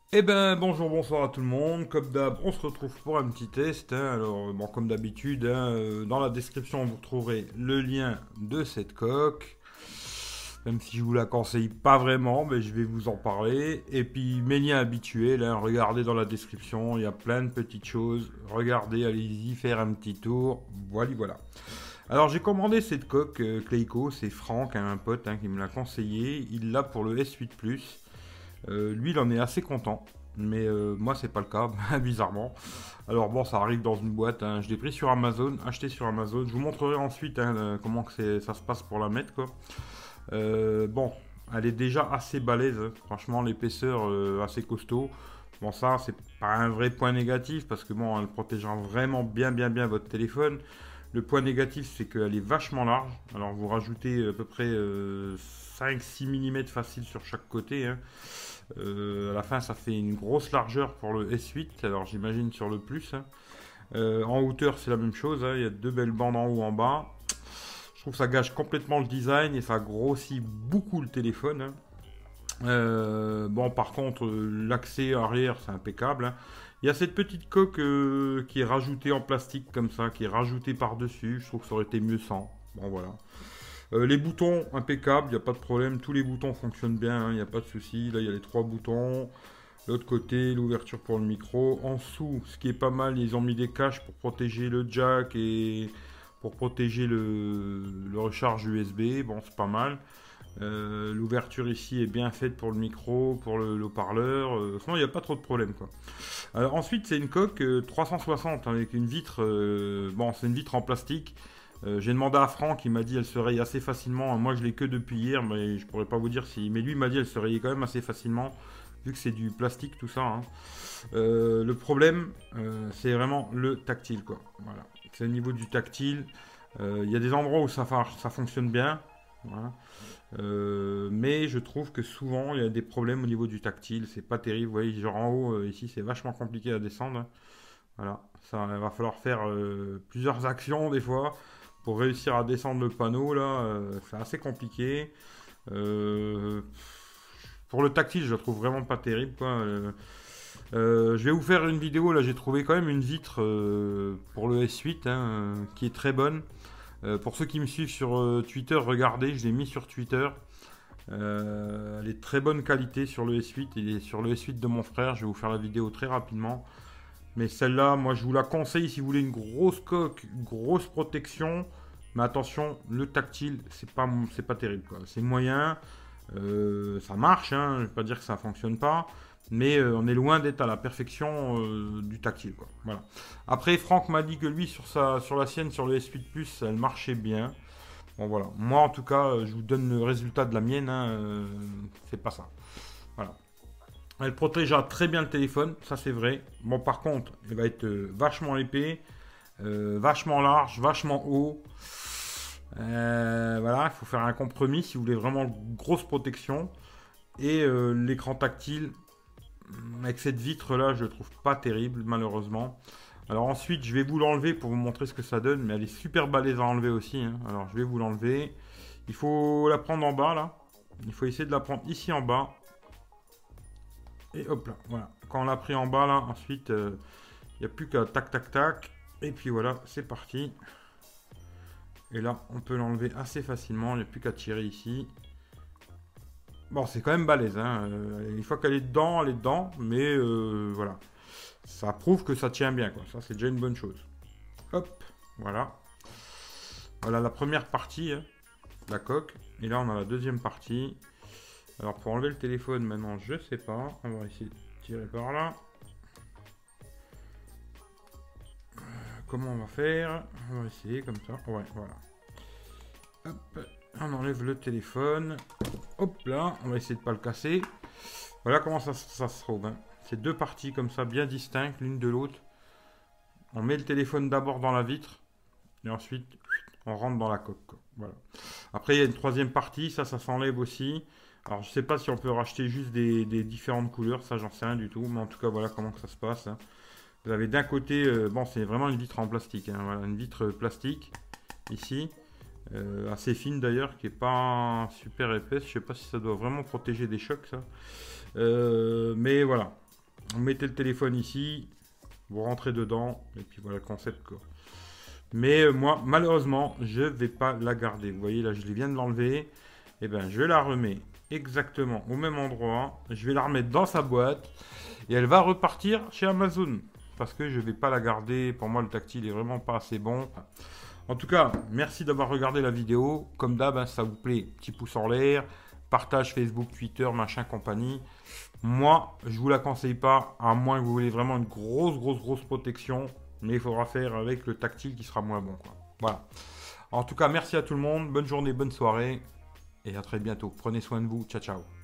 Eh ben bonjour, bonsoir à tout le monde. Comme d'hab, on se retrouve pour un petit test, hein. Alors, bon, comme d'habitude, hein, dans la description, vous trouverez le lien de cette coque. Même si je vous la conseille pas vraiment, mais je vais vous en parler. Et puis mes liens habituels, hein, regardez dans la description, il y a plein de petites choses. Regardez, allez-y, faire un petit tour. Voilà, voilà. Alors j'ai commandé cette coque Clayco, c'est Franck, hein, un pote, hein, qui me l'a conseillé. Il l'a pour le S8 Plus. Lui, il en est assez content. Mais moi, c'est pas le cas, bizarrement. Alors bon, ça arrive dans une boîte, hein. Je l'ai pris sur Amazon, acheté sur Amazon. Je vous montrerai ensuite, hein, comment que ça se passe pour la mettre, quoi. Bon, elle est déjà assez balèze, hein. Franchement, l'épaisseur assez costaud. Bon, ça, c'est pas un vrai point négatif parce que bon, elle protégera vraiment bien votre téléphone. Le point négatif, c'est qu'elle est vachement large. Alors, vous rajoutez à peu près 5-6 mm facile sur chaque côté, hein. À la fin, ça fait une grosse largeur pour le S8. Alors, j'imagine sur le plus, hein. En hauteur, c'est la même chose, hein. Il y a deux belles bandes en haut, en bas. Je trouve que ça gâche complètement le design et ça grossit beaucoup le téléphone, hein. Bon, par contre, l'accès arrière, c'est impeccable, hein. Il y a cette petite coque qui est rajoutée en plastique comme ça, qui est rajoutée par-dessus. Je trouve que ça aurait été mieux sans. Bon, voilà. Les boutons, impeccables, il n'y a pas de problème. Tous les boutons fonctionnent bien, hein, il n'y a pas de souci. Là, il y a les trois boutons. L'autre côté, l'ouverture pour le micro. En dessous, ce qui est pas mal, ils ont mis des caches pour protéger le jack et pour protéger le recharge USB. Bon, c'est pas mal. L'ouverture ici est bien faite pour le micro, pour le haut-parleur. Sinon, il n'y a pas trop de problème, quoi. Alors, ensuite, c'est une coque 360 avec une vitre. Bon, c'est une vitre en plastique. J'ai demandé à Franck, il m'a dit elle se raye assez facilement. Moi, je l'ai que depuis hier, mais je pourrais pas vous dire si. Mais lui, il m'a dit elle se rayait quand même assez facilement, vu que c'est du plastique tout ça, hein. Le problème, c'est vraiment le tactile, quoi. Voilà. C'est au niveau du tactile. Il y a des endroits où ça fonctionne bien. Voilà. Mais je trouve que souvent il y a des problèmes au niveau du tactile, c'est pas terrible. Vous voyez, genre en haut, ici c'est vachement compliqué à descendre. Voilà, ça il va falloir faire plusieurs actions des fois pour réussir à descendre le panneau là. C'est assez compliqué. Euh, pour le tactile, je le trouve vraiment pas terrible, quoi. Je vais vous faire une vidéo là, j'ai trouvé quand même une vitre pour le S8, hein, qui est très bonne. Pour ceux qui me suivent sur Twitter, regardez, je l'ai mis sur Twitter. Elle est de très bonne qualité sur le S8 et sur le S8 de mon frère. Je vais vous faire la vidéo très rapidement. Mais celle-là, moi je vous la conseille si vous voulez une grosse coque, une grosse protection. Mais attention, le tactile, c'est pas terrible, quoi. C'est moyen. Ça marche, hein. Je ne vais pas dire que ça fonctionne pas. Mais on est loin d'être à la perfection du tactile, quoi. Voilà. Après, Franck m'a dit que lui, sur la sienne, sur le S8 Plus, elle marchait bien. Bon, voilà. Moi, en tout cas, je vous donne le résultat de la mienne, hein, c'est pas ça. Voilà. Elle protégera très bien le téléphone, ça c'est vrai. Bon, par contre, elle va être vachement épais, vachement large, vachement haut. Voilà, il faut faire un compromis si vous voulez vraiment une grosse protection. Et l'écran tactile, avec cette vitre là, je le trouve pas terrible, malheureusement. Alors ensuite, je vais vous l'enlever pour vous montrer ce que ça donne, mais elle est super balèze à enlever aussi, hein. Alors je vais vous l'enlever. Il faut la prendre en bas là. Il faut essayer de la prendre ici en bas. Et hop là, voilà. Quand on l'a pris en bas là, ensuite, il n'y a plus qu'à tac tac tac. Et puis voilà, c'est parti. Et là, on peut l'enlever assez facilement. Il n'y a plus qu'à tirer ici. Bon, c'est quand même balèze, hein. Une fois qu'elle est dedans, elle est dedans. Mais voilà. Ça prouve que ça tient bien, quoi. Ça, c'est déjà une bonne chose. Hop, voilà. Voilà la première partie, hein, la coque. Et là, on a la deuxième partie. Alors, pour enlever le téléphone, maintenant, je sais pas. On va essayer de tirer par là. Comment on va faire? On va essayer comme ça. Ouais, voilà. Hop, on enlève le téléphone. Hop là, on va essayer de pas le casser. Voilà comment ça se trouve, hein. C'est deux parties comme ça, bien distinctes l'une de l'autre. On met le téléphone d'abord dans la vitre. Et ensuite, on rentre dans la coque, quoi. Voilà. Après, il y a une troisième partie, ça s'enlève aussi. Alors, je sais pas si on peut racheter juste des différentes couleurs, ça, j'en sais rien du tout. Mais en tout cas, voilà comment que ça se passe, hein. Vous avez d'un côté, bon, c'est vraiment une vitre en plastique, hein, voilà, une vitre plastique, ici, assez fine d'ailleurs, qui est pas super épaisse. Je sais pas si ça doit vraiment protéger des chocs, ça. Mais voilà. Vous mettez le téléphone ici, vous rentrez dedans, et puis voilà le concept quoi. Mais moi, malheureusement, je vais pas la garder. Vous voyez, là, je viens de l'enlever. Et ben, je la remets exactement au même endroit. Je vais la remettre dans sa boîte. Et elle va repartir chez Amazon. Parce que je vais pas la garder. Pour moi, le tactile est vraiment pas assez bon. En tout cas, merci d'avoir regardé la vidéo. Comme d'hab, hein, ça vous plaît, petit pouce en l'air. Partage Facebook, Twitter, machin, compagnie. Moi, je vous la conseille pas. À moins que vous voulez vraiment une grosse protection. Mais il faudra faire avec le tactile qui sera moins bon, quoi. Voilà. En tout cas, merci à tout le monde. Bonne journée, bonne soirée. Et à très bientôt. Prenez soin de vous. Ciao, ciao.